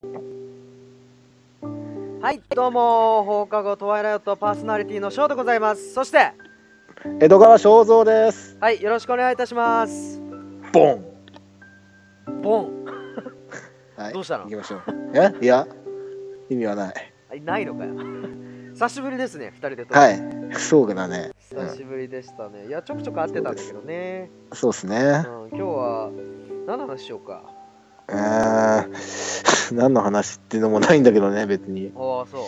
はい、どうも放課後トワイライトパーソナリティのショーでございます。そして江戸川正蔵です。 はい、よろしくお願いいたします。 ボン。 ボンはい、 どうしたの？ 行きましょう。いや、意味はない。 ないのかよ久しぶりですね、2人でと。 はい、そうだね。 久しぶりでしたね。いや、ちょくちょく会ってたんだけどね。 そうですね。 今日は何の話しようか。 何の話っていうのもないんだけどね、別に。 ああ、そう。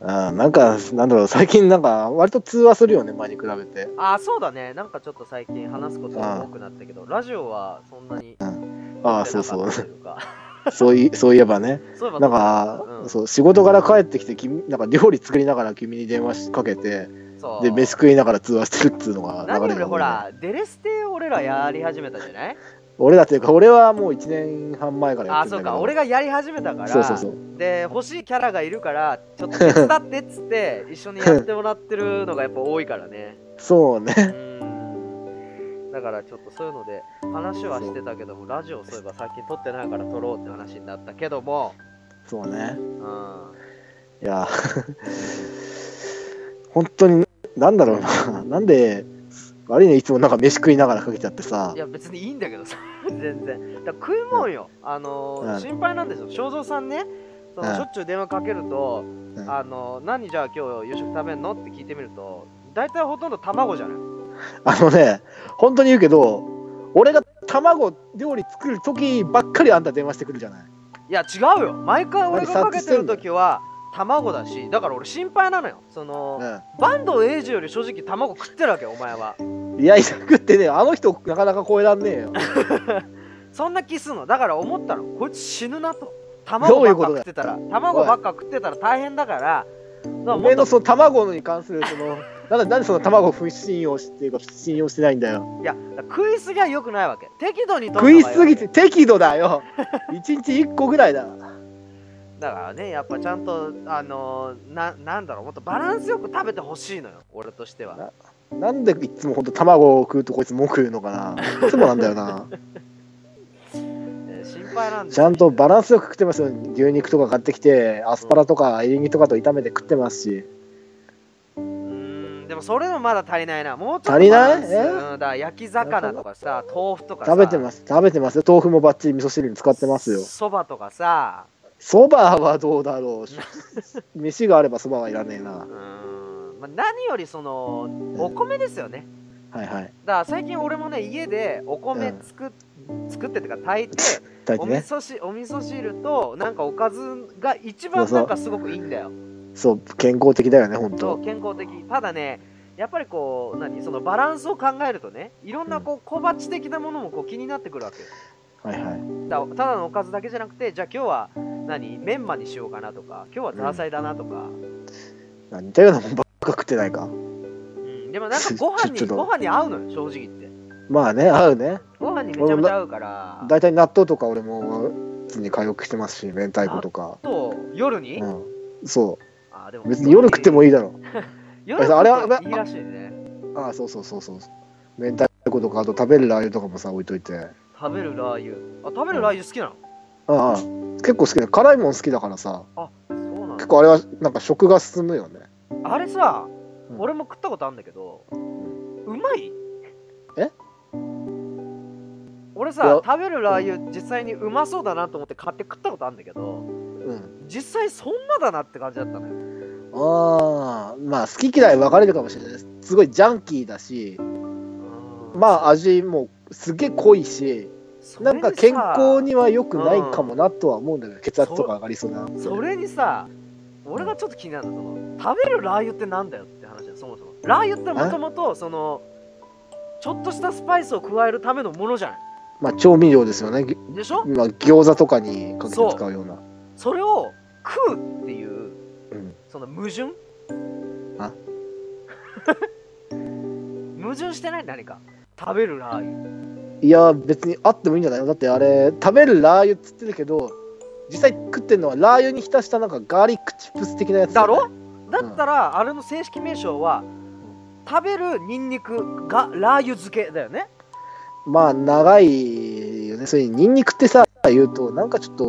なんか、なんだろう、最近なんか、割と通話するよね、前に比べて。 ああ、そうだね。なんかちょっと最近話すことが多くなったけど、ラジオはそんなに。 そうそう。 というかそういえばね。 そういえばなんか、そう、仕事から帰ってきて、なんか料理作りながら君に電話かけて、で、飯食いながら通話してるっつうのが流れがほら、デレステ俺らやり始めたじゃない？ 俺らっていうか、俺はもう1年半前からやってるんだけど。 そうか、俺がやり始めたから。 そうで、欲しいキャラがいるからちょっと手伝ってっつって一緒にやってもらってるのがやっぱ多いからね。 そうね。 だからちょっとそういうので話はしてたけども、ラジオそういえば最近撮ってないから撮ろうって話になったけども。 そうね。いや本当になんだろうな、なんで悪いね、いつもなんか飯食いながらかけちゃってさ。 いや別にいいんだけどさ全然だから食いもんよ。心配なんですよ、正蔵さんね。しょっちゅう電話かけると、何じゃあ今日夕食食べんのって聞いてみると、大体ほとんど卵じゃない。 本当に言うけど、俺が卵料理作る時ばっかりあんた電話してくるじゃない。 いや違うよ、毎回俺がかけてる時は卵だし、だから俺心配なのよ。坂東栄治より正直卵食ってるわけよ、お前は。 いや食ってねえよ、あの人なかなか超えらんねえよそんな気すんの。だから思ったの、こいつ死ぬなと。卵ばっか食ってたら大変だから。 おめえのその卵に関するなんでその卵を不信用していうか信用してないんだよ。 いや食いすぎは良くないわけ。適度に食いすぎて適度だよ1日1個ぐらいだ。 だからね、やっぱちゃんとなんだろう、もっとバランスよく食べてほしいのよ、俺としては。 なんでいつもほんと卵を食うとこいつ文句言うのかな。いつもなんだよな心配なんですちゃんとバランスよく食ってますよ。牛肉とか買ってきてアスパラとかエリンギとかと炒めて食ってますし。 でもそれでもまだ足りないな。もうちょっと足りない？ だから焼き魚とかさ、豆腐とかさ。 食べてますよ。豆腐もバッチリ味噌汁に使ってますよ。 そばとかさ。 そばはどうだろう飯があればそばはいらねえな。 何よりお米ですよね。 はいはい。 だから最近俺もね、家でお米作ってってか炊いて、お味噌汁となんかおかずが一番なんかすごくいいんだよ。 そう、健康的だよね、ほんと。 そう、健康的。ただね、やっぱりそのバランスを考えるとね、いろんな小鉢的なものも気になってくるわけ。 はいはい。 ただのおかずだけじゃなくて、じゃあ今日はメンマにしようかなとか、今日はザーサイだなとか。 似たようなもんばっか食ってないか。 でもなんかご飯に合うのよ、正直言って。 まあね、合うね。 ご飯にめちゃめちゃ合うから。 だいたい納豆とか俺も普通に買い置きしてますし、明太子とか。 夜に？ そう。別に夜食ってもいいだろ夜食ってもいいらしいね。 そう。明太子とか、あと食べるラー油とかもさ、置いといて。 食べるラー油。食べるラー油好きなの？結構好きだ。辛いもん好きだからさ。 そうなんだ。 結構あれはなんか食が進むよね。 あれさ、俺も食ったことあるんだけど、うまい？俺さ、食べるラー油実際にうまそうだなと思って買って食ったことあるんだけど、実際そんなだなって感じだったのよ。 まあ好き嫌い分かれるかもしれないです。すごいジャンキーだし、まあ味もすげえ濃いし、なんか健康には良くないかもなとは思うんだけど、血圧とか上がりそうな。 それにさ、俺がちょっと気になるのは、食べるラー油ってなんだよって話だよ。そもそもラー油ってもともとちょっとしたスパイスを加えるためのものじゃない。 まあ調味料ですよね。 でしょ？ まあ餃子とかにかけて使うような。 それを食うっていう、その矛盾矛盾してない？何か食べるラー油。 いや別にあってもいいんじゃないの。だってあれ食べるラー油っつってるけど、実際食ってるのはラー油に浸したなんかガーリックチップス的なやつだろ。 だったら、あれの正式名称は食べるニンニクがラー油漬けだよね。 まあ長いよね。それにニンニクってさ言うとなんかちょっと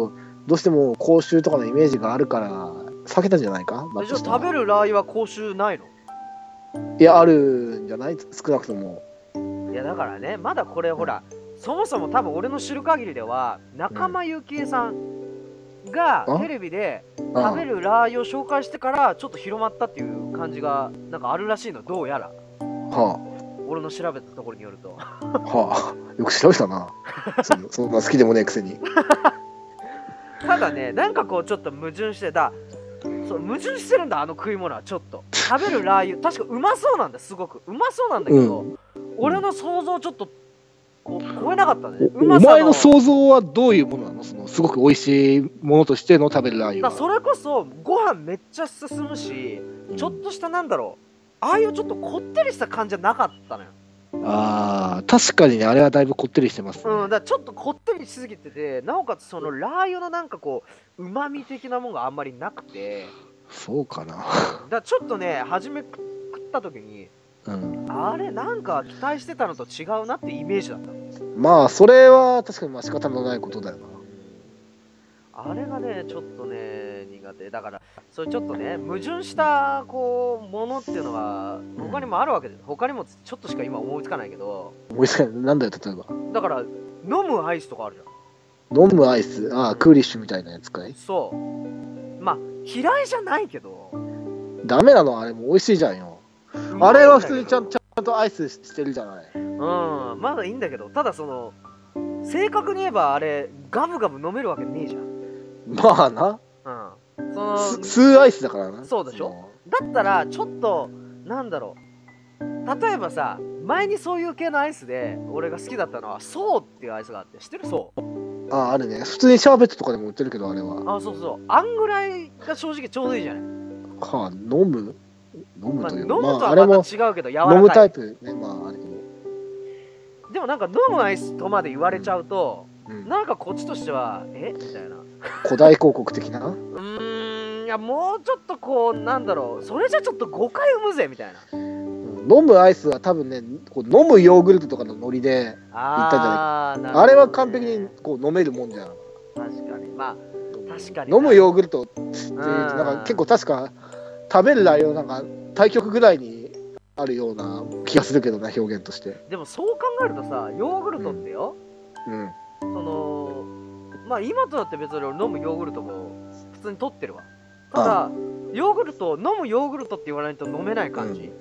どうしても口臭とかのイメージがあるから避けたんじゃないか。 じゃあ食べるラー油は口臭ないの？ いや、あるんじゃない、少なくとも。 いやだからね、まだこれほら、そもそも多分俺の知る限りでは仲間由紀恵さんがテレビで食べるラー油を紹介してからちょっと広まったっていう感じがなんかあるらしいの、どうやら。 はあ、俺の調べたところによると。 はあ、よく調べたな。そんな好きでもねえくせに。 ただね、なんかこうちょっと矛盾してた。そう、矛盾してるんだ、あの食い物は。ちょっと食べるラー油確かうまそうなんだ、すごくうまそうなんだけど、俺の想像ちょっとこう超えなかったね。 お前の想像はどういうものなの？そのすごく美味しいものとしての食べるラー油は。 それこそご飯めっちゃ進むし、ちょっとしたなんだろう、ああいうちょっとこってりした感じじゃなかったのよ。 ああ、確かにね、あれはだいぶこってりしてますね。 だからちょっとこってりしすぎてて、なおかつそのラー油のなんかこううまみ的なものがあんまりなくて。 そうかな。 だからちょっとね、初め食った時に、あれなんか期待してたのと違うなってイメージだったの。 まあそれは確かにまあ仕方のないことだよな。 あれがねちょっとね苦手だから、それちょっとね矛盾したこうものっていうのは他にもあるわけで、他にもちょっとしか今思いつかないけど。 思いつかない。なんだよ例えば。 だから飲むアイスとかあるじゃん。飲むアイス、ああ、クーリッシュみたいなやつかい。 そう、まあ嫌いじゃないけど。 ダメなの？あれも美味しいじゃんよ。あれは普通にちゃんとアイスしてるじゃない。 まだいいんだけど、ただその正確に言えばあれガブガブ飲めるわけねえじゃん。 まあな。 その吸うアイスだからな。 そうでしょ。だったらちょっとなんだろう、例えばさ、前にそういう系のアイスで俺が好きだったのはソーっていうアイスがあって、知ってる？ソー。 あるね。普通にシャーベットとかでも売ってるけど、あれは。 そうそう、あんぐらいが正直ちょうどいいじゃない。 はあ、飲むという、 飲むとはまた違うけど柔らかい。 飲むタイプね。まああれけど、 でもなんか飲むアイスとまで言われちゃうと、なんかこっちとしてはみたいな、 古代広告的な。 いやもうちょっとこうなんだろう、それじゃちょっと誤解生むぜみたいな。 飲むアイスは多分ね、こう飲むヨーグルトとかのノリで言ったんじゃないか。あれは完璧にこう飲めるもんじゃん。 確かに、まあ確かに飲むヨーグルトってなんか結構確か食べるラー油なんか対極ぐらいにあるような気がするけどな、表現として。 でもそう考えるとさ、ヨーグルトってよ、そのまあ今となって別に飲むヨーグルトも普通に取ってるわ。ただヨーグルト、飲むヨーグルトって言わないと飲めない感じ。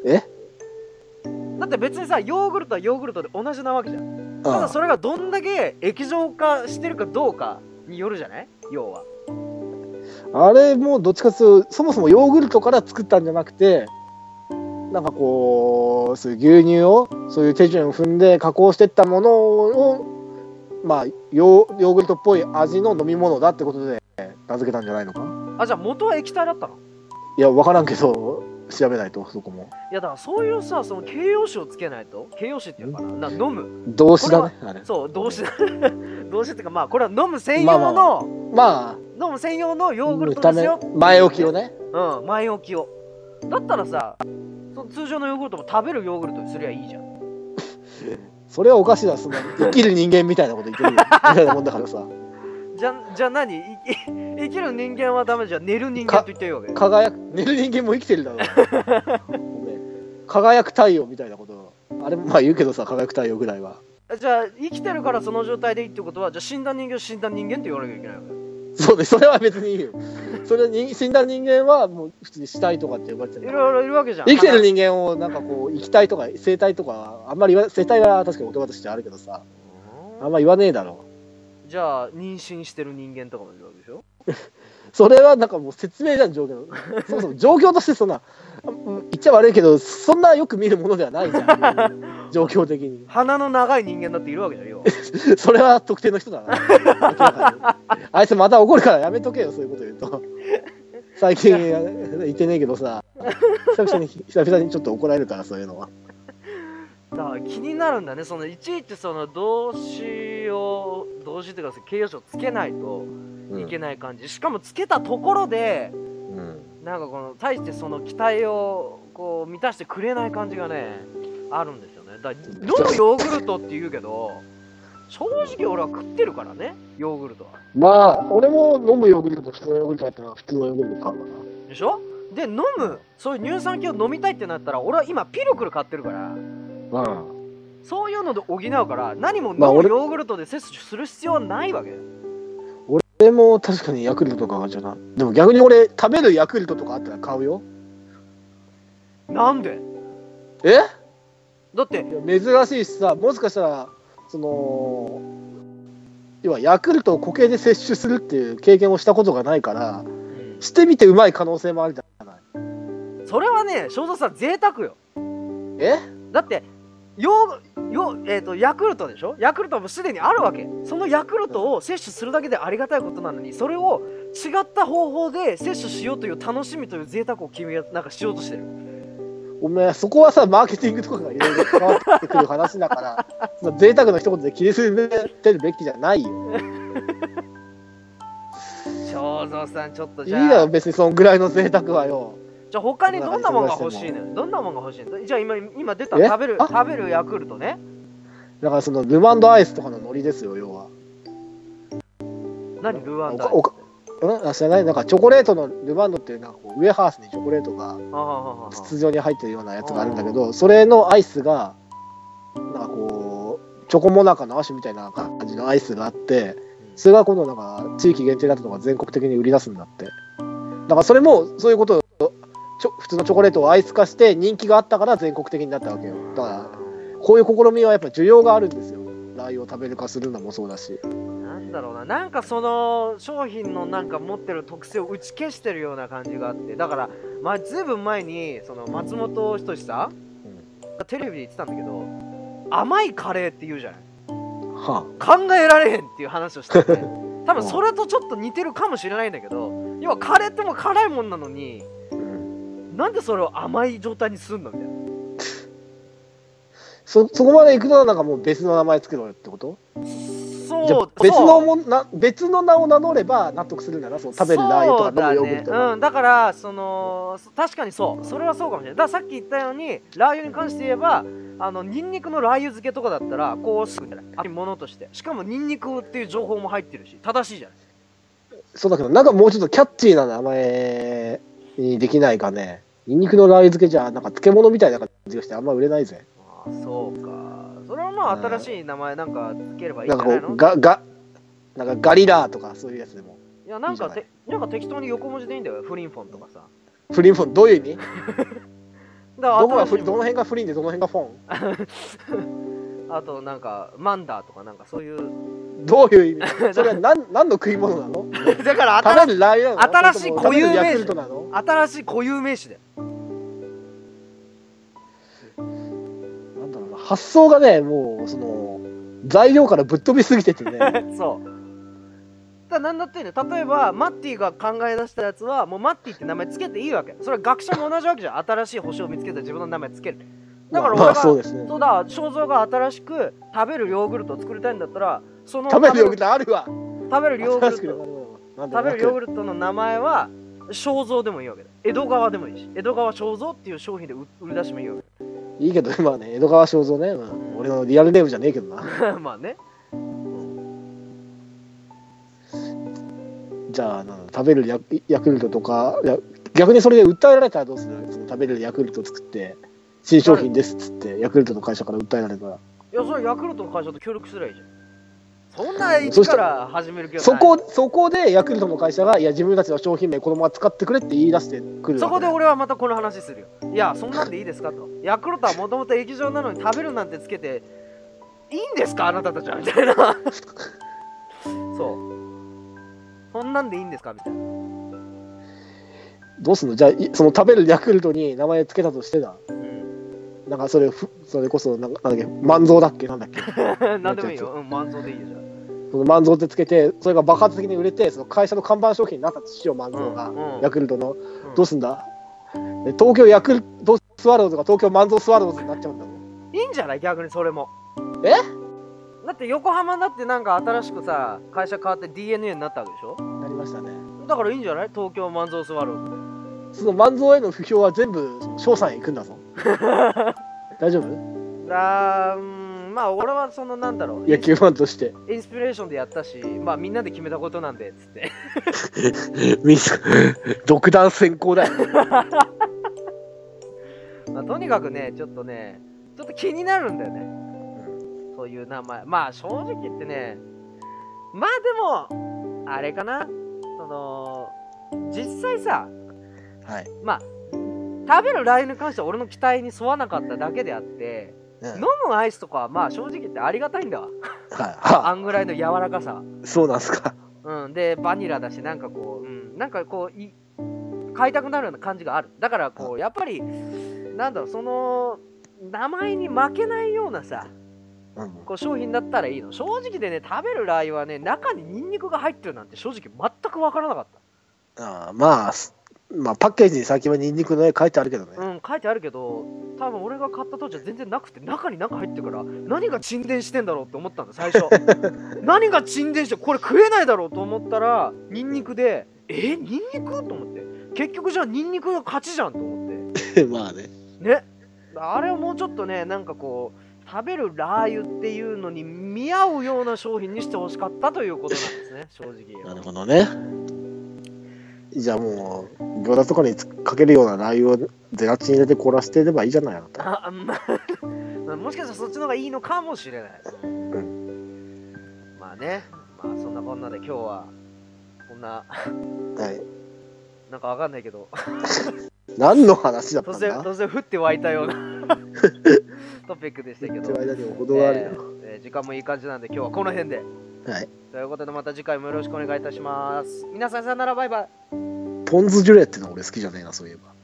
だって別にさ、ヨーグルトはヨーグルトで同じなわけじゃん。ただそれがどんだけ液状化してるかどうかによるじゃない、要は。 あれもどっちかというとそもそもヨーグルトから作ったんじゃなくて、なんかこうそういう牛乳をそういう手順を踏んで加工していったものを、まあヨーグルトっぽい味の飲み物だってことで名付けたんじゃないのか。 じゃあ元は液体だったの？ いや分からんけど調べないと、そこも。 いやだからそういうさ、その形容詞をつけないと、形容詞っていうかな、飲む動詞だね、あれ。 そう動詞だ動詞っていうか、まあこれは飲む専用の飲む専用のヨーグルトですよ。 前置きをね。 前置きを。だったらさ、その通常のヨーグルトも食べるヨーグルトにすりゃいいじゃん。 それはおかしいな、その生きる人間みたいなこと言ってるみたいなもんだからさ。 じゃあ何、生きる人間はダメじゃん、寝る人間と言ってるわけ。 寝る人間も生きてるだろ輝く太陽みたいなこと。あれもまあ言うけどさ、輝く太陽ぐらいは。 じゃあ生きてるからその状態でいいってことは、じゃあ死んだ人間を死んだ人間って言わなきゃいけないわけ。 そうね、それは別にいいよ。それは死んだ人間はもう普通に死体とかって呼ばれてる。 いろいろいるわけじゃん。 生きてる人間をなんかこう生き体とか生体とかあんまり生体は確かに言葉としてあるけどさ、あんま言わねえだろ。 じゃあ妊娠してる人間とかもいるわけでしょ。 それはなんかもう説明じゃん、状況。そもそも状況としてそんな言っちゃ悪いけど、そんなよく見るものではないじゃん。状況的に。 鼻の長い人間だっているわけじゃんよ。 それは特定の人だな。あいつまた怒るからやめとけよ、そういうこと言うと。最近言ってねえけどさ、久々にちょっと怒られるから、そういうのは。 だから気になるんだね、そのいちいちその動詞っていうか形容詞をつけないといけない感じ、しかもつけたところで、なんかこの大してその期待をこう満たしてくれない感じがねあるんですよね。だから飲むヨーグルトって言うけど、 正直俺は食ってるからね、ヨーグルトは。 まあ俺も飲むヨーグルトと普通のヨーグルトだったら普通のヨーグルト買うかな。 でしょ。で飲む、そういう乳酸菌を飲みたいってなったら俺は今ピルクル買ってるから、そういうので補うから、何も飲むヨーグルトで摂取する必要はないわけ。 俺も確かにヤクルトとかじゃな。でも逆に俺食べるヤクルトとかあったら買うよ。 なんで？だって珍しいしさ、もしかしたらその要はヤクルトを固形で摂取するっていう経験をしたことがないから、してみてうまい可能性もあるじゃない。 それはね、正蔵さん贅沢よ。だってヤクルトでしょ。ヤクルトもすでにあるわけ。そのヤクルトを摂取するだけでありがたいことなのに、それを違った方法で摂取しようという楽しみという贅沢を君がなんかしようとしてる。 お前そこはさ、マーケティングとかがいろいろ変わってくる話だからその贅沢の一言で切り捨てるべきじゃないよ。 正蔵さんちょっとじゃあいいだろ別にそのぐらいの贅沢はよ。 じゃあ他にどんなもんが欲しいの？どんなもんが欲しいの？じゃあ今出た食べるヤクルトね。 だからそのルマンドアイスとかのノリですよ、要は。 何ルマンドアイス？ 知らない？なんかチョコレートのルマンドっていうなんかこうウエハースにチョコレートが筒状に入ってるようなやつがあるんだけど、それのアイスがなんかこうチョコモナカの亜種みたいな感じのアイスがあって、それが今度なんか地域限定だったのが全国的に売り出すんだって。だからそれもそういうことを普通のチョコレートをアイス化して人気があったから全国的になったわけよ。だからこういう試みはやっぱ需要があるんですよ。ラー油を食べる化するのもそうだし。 なんだろうな、なんかその商品のなんか持ってる特性を打ち消してるような感じがあって、だからまあずいぶん前にその松本人志さんがテレビで言ってたんだけど、甘いカレーって言うじゃない。考えられへんっていう話をしてて、多分それとちょっと似てるかもしれないんだけど、要はカレーっても辛いもんなのに、なんでそれを甘い状態にすんのみたいな。 そこまで行くとなんかもう別の名前つけろよってこと？そう、別の名を名乗れば納得するんだな、その食べるラー油とか飲むヨーグルトは。 だからその確かにそれはそうかもしれない。だからさっき言ったようにラー油に関して言えば、ニンニクのラー油漬けとかだったらこうすぐじゃないものとして、しかもニンニクっていう情報も入ってるし正しいじゃない。そうだけどなんかもうちょっとキャッチーな名前にできないかね。ニンニクのラー油漬けじゃなんか漬物みたいな感じがしてあんま売れないぜ。 そうか。それはまあ新しい名前なんかつければいいんじゃないの？ なんかガリラーとかそういうやつでも。 いやなんか適当に横文字でいいんだよ。フリンフォンとかさ。 フリンフォンどういう意味？ どの辺がフリンでどの辺がフォン？あとなんかマンダーとかなんかそういう。 どういう意味？それは何の食い物なの？ だから新しい固有名詞。新しい固有名詞で。 発想がね、もうその材料からぶっ飛びすぎててね。 そう。なんだってね、例えばマッティが考え出したやつはもうマッティって名前つけていいわけ。それは学者も同じわけじゃん。新しい星を見つけた自分の名前つける。だから俺が、そうだ、正蔵が新しく食べるヨーグルトを作りたいんだったら、その食べるヨーグルトあるわ。 食べるヨーグルトの名前は正蔵でもいいわけだ。江戸川でもいいし、江戸川正蔵っていう商品で売り出してもいいわけ。 いいけど今ね、江戸川正蔵ね、俺のリアルネームじゃねえけどな。 まあね。 じゃあ食べるヤクルトとか、逆にそれで訴えられたらどうする？その食べるヤクルトを作って新商品ですっつってヤクルトの会社から訴えられたら。 いや、それヤクルトの会社と協力すればいいじゃん。そんな一から始めるけど、 そこでヤクルトの会社がいや自分たちの商品名このまま使ってくれって言い出してくる。 そこで俺はまたこの話するよ。いや、そんなんでいいですかと。ヤクルトはもともと液状なのに食べるなんてつけていいんですかあなたたちはみたいな。そう。そんなんでいいんですかみたいな。 どうすんの？じゃあその食べるヤクルトに名前つけたとしてだ。なんかそれこそなんだっけ、万蔵だっけなんだっけ。 なんでもいいよ。万蔵でいいよじゃあ。 その万蔵ってつけてそれが爆発的に売れてその会社の看板商品になったとしよう。万蔵が、ヤクルトの、どうすんだ？東京ヤクルトスワローズが東京万蔵スワローズになっちゃうんだもん。 いいんじゃない？逆にそれも。だって横浜だってなんか新しくさ会社変わって DNA になったわけでしょ。 なりましたね。だからいいんじゃない？東京万蔵スワローズで。 その万蔵への不評は全部翔さんへ行くんだぞ。大丈夫？ まあ俺はそのなんだろう、 野球ファンとしてインスピレーションでやったし、まあみんなで決めたことなんでっつって独断専行だよまあとにかくね、ちょっと気になるんだよね、そういう名前。まあ正直言ってね、まあでもあれかな、その実際さ、 はい、 まあ食べるラー油に関しては俺の期待に沿わなかっただけであって、飲むアイスとかはまあ正直言ってありがたいんだわあんぐらいの柔らかさ。 そうなんすか。 でバニラだし、なんかこう、なんかこう買いたくなるような感じがある。だからこうやっぱりなんだろう、その名前に負けないようなさ、こう商品だったらいいの。正直でね、食べるラー油はね、中にニンニクが入ってるなんて正直全く分からなかった。 まあパッケージに先はニンニクの絵書いてあるけどね。 書いてあるけど、多分俺が買った当時は全然なくて、中に何か入ってるから何が沈殿してんだろうって思ったんだ最初何が沈殿してこれ食えないだろうと思ったらニンニクで、ニンニクと思って、結局じゃあニンニクが勝ちじゃんと思ってまあね、 あれをもうちょっとね、なんかこう食べるラー油っていうのに見合うような商品にしてほしかったということなんですね、正直。 なるほどね。じゃあもう餃子とかにかけるようなラー油をゼラチン入れて凍らせてればいいじゃない、あなた。 もしかしたらそっちの方がいいのかもしれない。まあね、まあそんなこんなで今日はこんななんかわかんないけど何の話だったんだ。 突然降って湧いたようなトピックでしたけど、時間もいい感じなんで今日はこの辺で。ということでまた次回もよろしくお願いいたします。皆さんさよなら、バイバイ。 ポン酢ジュレっての俺好きじゃねえな、そういえば。